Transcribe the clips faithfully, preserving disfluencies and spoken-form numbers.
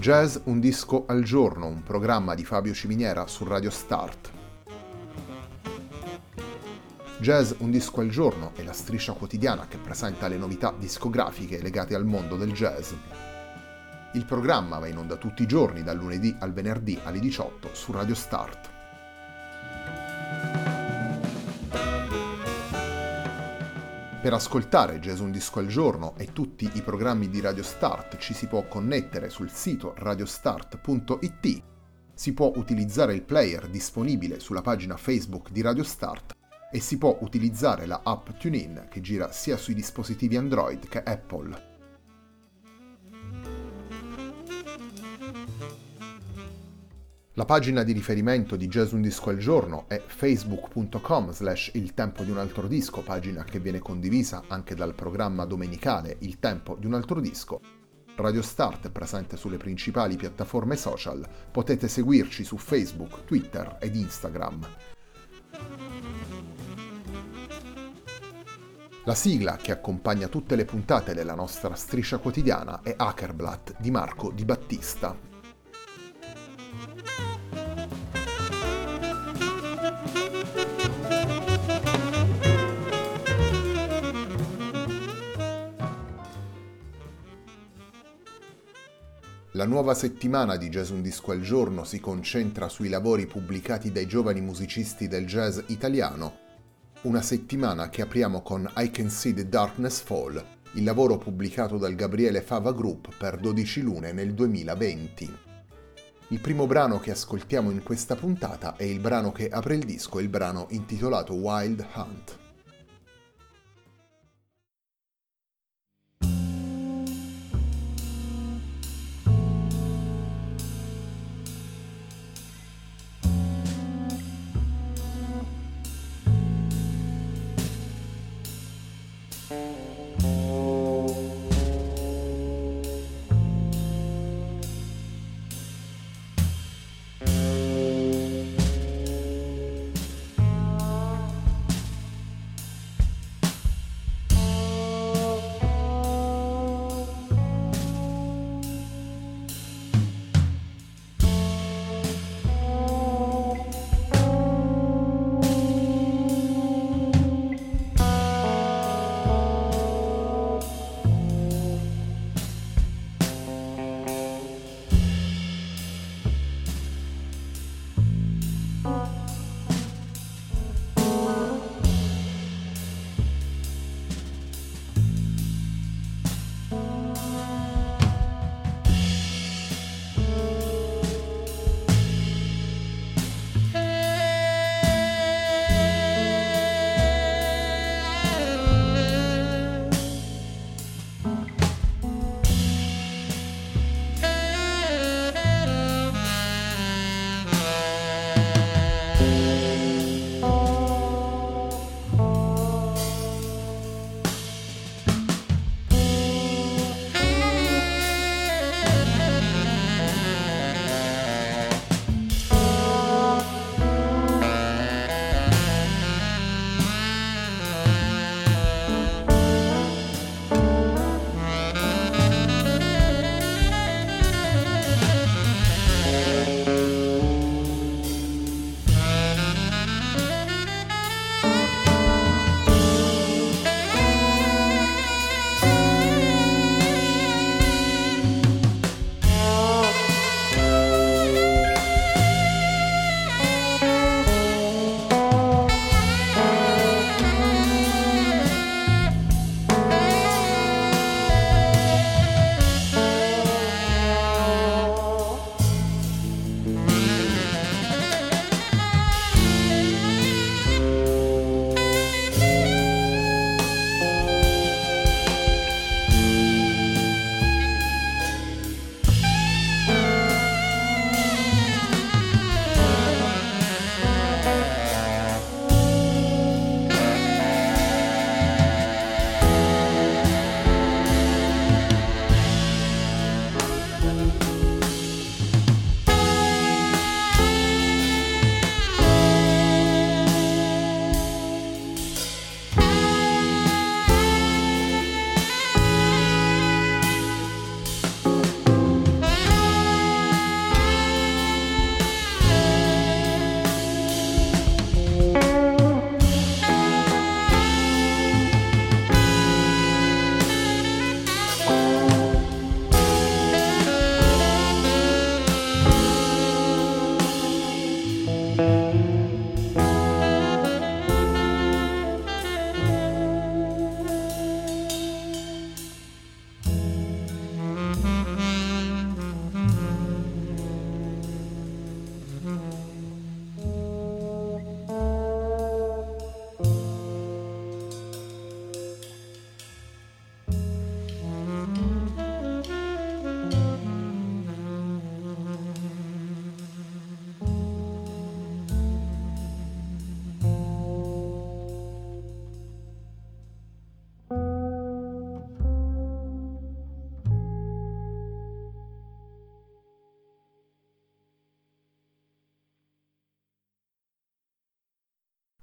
Jazz un disco al giorno, un programma di Fabio Ciminiera su Radio Start. Jazz un disco al giorno è la striscia quotidiana che presenta le novità discografiche legate al mondo del jazz. Il programma va in onda tutti i giorni dal lunedì al venerdì alle diciotto su Radio Start. Per ascoltare Jazz un disco al giorno e tutti i programmi di Radio Start ci si può connettere sul sito radiostart punto it, si può utilizzare il player disponibile sulla pagina Facebook di Radio Start e si può utilizzare la app TuneIn che gira sia sui dispositivi Android che Apple. La pagina di riferimento di Jazz un disco al giorno è facebook punto com slash il tempo di un altro disco, pagina che viene condivisa anche dal programma domenicale Il tempo di un altro disco. Radio Start è presente sulle principali piattaforme social, potete seguirci su Facebook, Twitter ed Instagram. La sigla che accompagna tutte le puntate della nostra striscia quotidiana è Hackerblatt di Marco Di Battista. La nuova settimana di Jazz un disco al giorno si concentra sui lavori pubblicati dai giovani musicisti del jazz italiano. Una settimana che apriamo con I Can See the Darkness Fall, il lavoro pubblicato dal Gabriele Fava Group per dodici lune nel duemilaventi. Il primo brano che ascoltiamo in questa puntata è il brano che apre il disco, il brano intitolato Wild Hunt.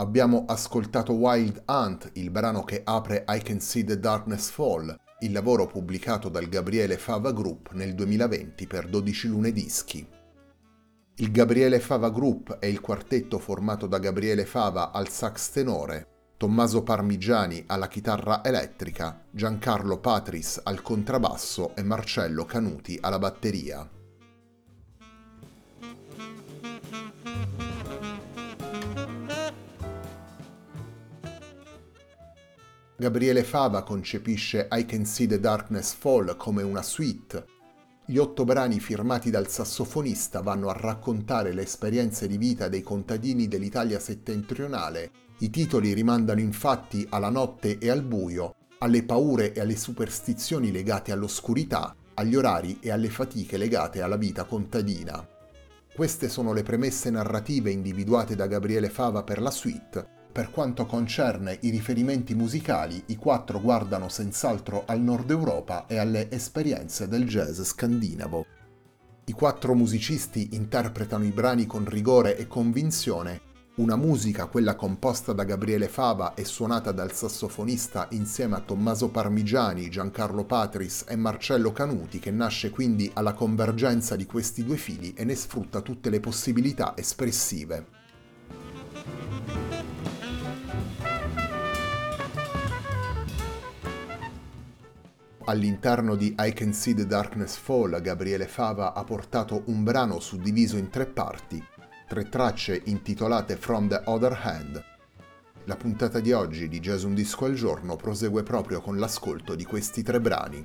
Abbiamo ascoltato Wild Hunt, il brano che apre I Can See the Darkness Fall, il lavoro pubblicato dal Gabriele Fava Group nel duemilaventi per dodici Lune Dischi. Il Gabriele Fava Group è il quartetto formato da Gabriele Fava al sax tenore, Tommaso Parmigiani alla chitarra elettrica, Giancarlo Patris al contrabbasso e Marcello Canuti alla batteria. Gabriele Fava concepisce I Can See the Darkness Fall come una suite. Gli otto brani firmati dal sassofonista vanno a raccontare le esperienze di vita dei contadini dell'Italia settentrionale. I titoli rimandano infatti alla notte e al buio, alle paure e alle superstizioni legate all'oscurità, agli orari e alle fatiche legate alla vita contadina. Queste sono le premesse narrative individuate da Gabriele Fava per la suite. Per quanto concerne i riferimenti musicali, i quattro guardano senz'altro al Nord Europa e alle esperienze del jazz scandinavo. I quattro musicisti interpretano i brani con rigore e convinzione, una musica, quella composta da Gabriele Fava e suonata dal sassofonista insieme a Tommaso Parmigiani, Giancarlo Patris e Marcello Canuti, che nasce quindi alla convergenza di questi due fili e ne sfrutta tutte le possibilità espressive. All'interno di I Can See the Darkness Fall, Gabriele Fava ha portato un brano suddiviso in tre parti, tre tracce intitolate From the Other Hand. La puntata di oggi di Jazz Un Disco al Giorno prosegue proprio con l'ascolto di questi tre brani.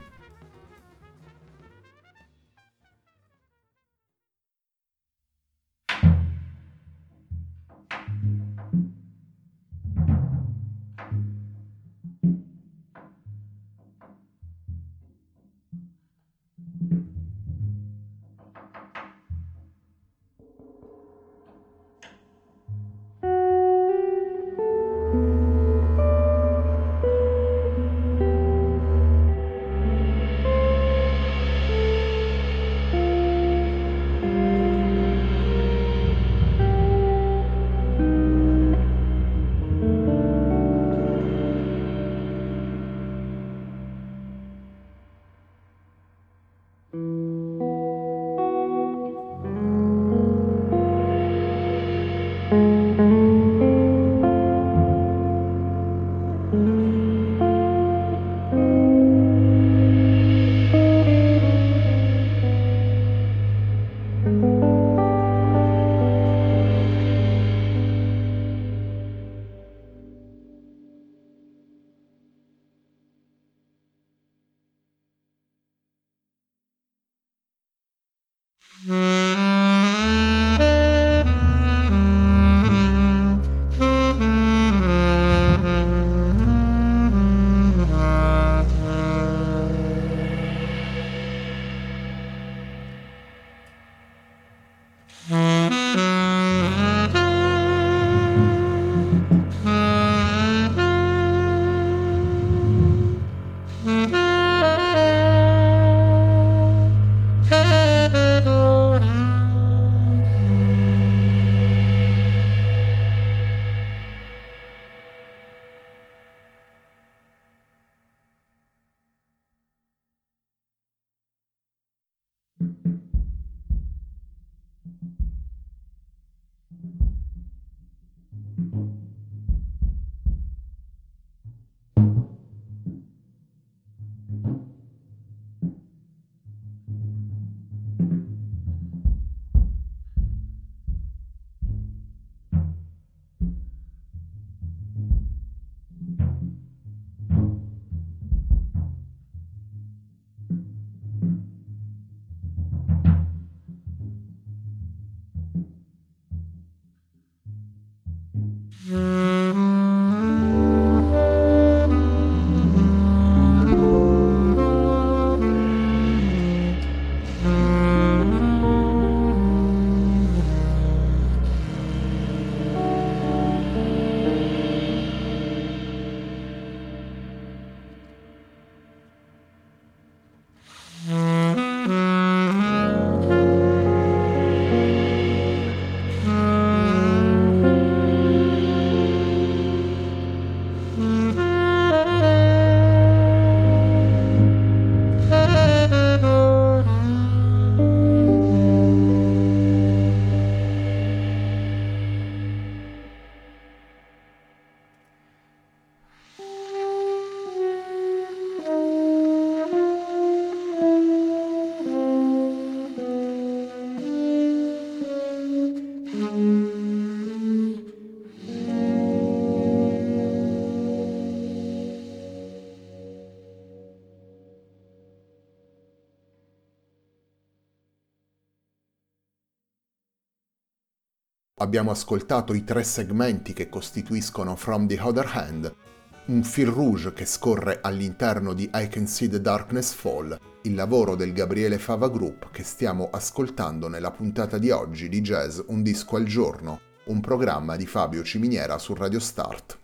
Abbiamo ascoltato i tre segmenti che costituiscono From the Other Hand, un fil rouge che scorre all'interno di I Can See the Darkness Fall, il lavoro del Gabriele Fava Group che stiamo ascoltando nella puntata di oggi di Jazz Un Disco al Giorno, un programma di Fabio Ciminiera su Radio Start.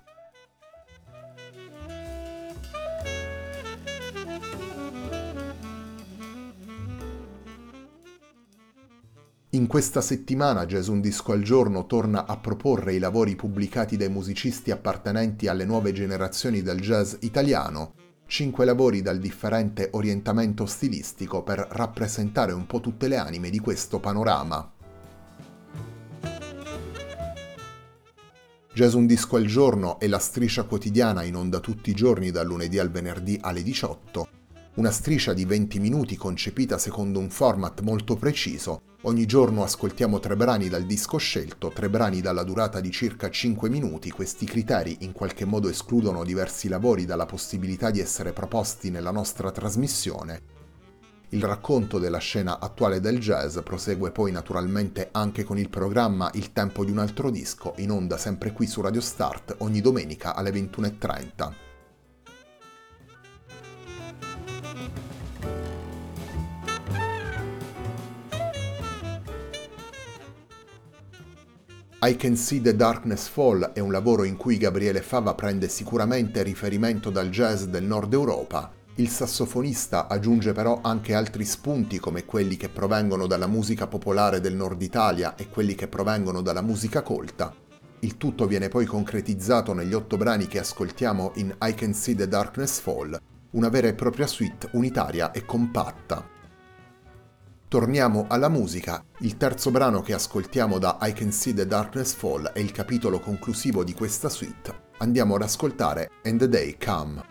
In questa settimana Jazz Un Disco al Giorno torna a proporre i lavori pubblicati dai musicisti appartenenti alle nuove generazioni del jazz italiano, cinque lavori dal differente orientamento stilistico per rappresentare un po' tutte le anime di questo panorama. Jazz Un Disco al Giorno è la striscia quotidiana in onda tutti i giorni dal lunedì al venerdì alle diciotto, una striscia di venti minuti concepita secondo un format molto preciso. Ogni giorno ascoltiamo tre brani dal disco scelto, tre brani dalla durata di circa cinque minuti. Questi criteri in qualche modo escludono diversi lavori dalla possibilità di essere proposti nella nostra trasmissione. Il racconto della scena attuale del jazz prosegue poi naturalmente anche con il programma Il tempo di un altro disco, in onda sempre qui su Radio Start ogni domenica alle ventuno e trenta. I Can See the Darkness Fall è un lavoro in cui Gabriele Fava prende sicuramente riferimento dal jazz del nord Europa. Il sassofonista aggiunge però anche altri spunti come quelli che provengono dalla musica popolare del nord Italia e quelli che provengono dalla musica colta. Il tutto viene poi concretizzato negli otto brani che ascoltiamo in I Can See the Darkness Fall, una vera e propria suite unitaria e compatta. Torniamo alla musica. Il terzo brano che ascoltiamo da I Can See the Darkness Fall è il capitolo conclusivo di questa suite. Andiamo ad ascoltare And the Day Come.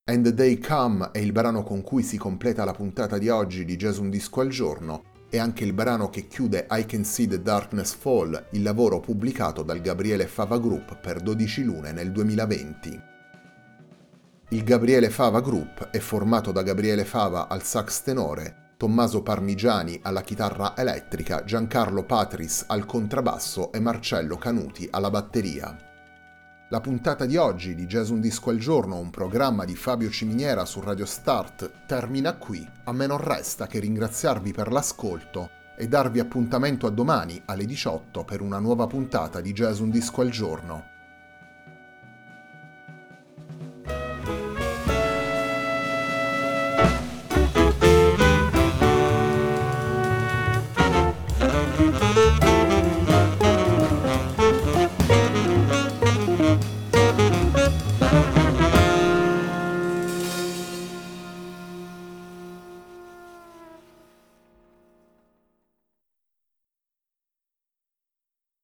And the Day Come è il brano con cui si completa la puntata di oggi di Jazz Un Disco al Giorno e anche il brano che chiude I Can See the Darkness Fall, il lavoro pubblicato dal Gabriele Fava Group per dodici lune nel duemilaventi. Il Gabriele Fava Group è formato da Gabriele Fava al sax tenore, Tommaso Parmigiani alla chitarra elettrica, Giancarlo Patris al contrabbasso e Marcello Canuti alla batteria. La puntata di oggi di Jazz Un Disco al Giorno, un programma di Fabio Ciminiera su Radio Start, termina qui. A me non resta che ringraziarvi per l'ascolto e darvi appuntamento a domani alle diciotto per una nuova puntata di Jazz Un Disco al Giorno.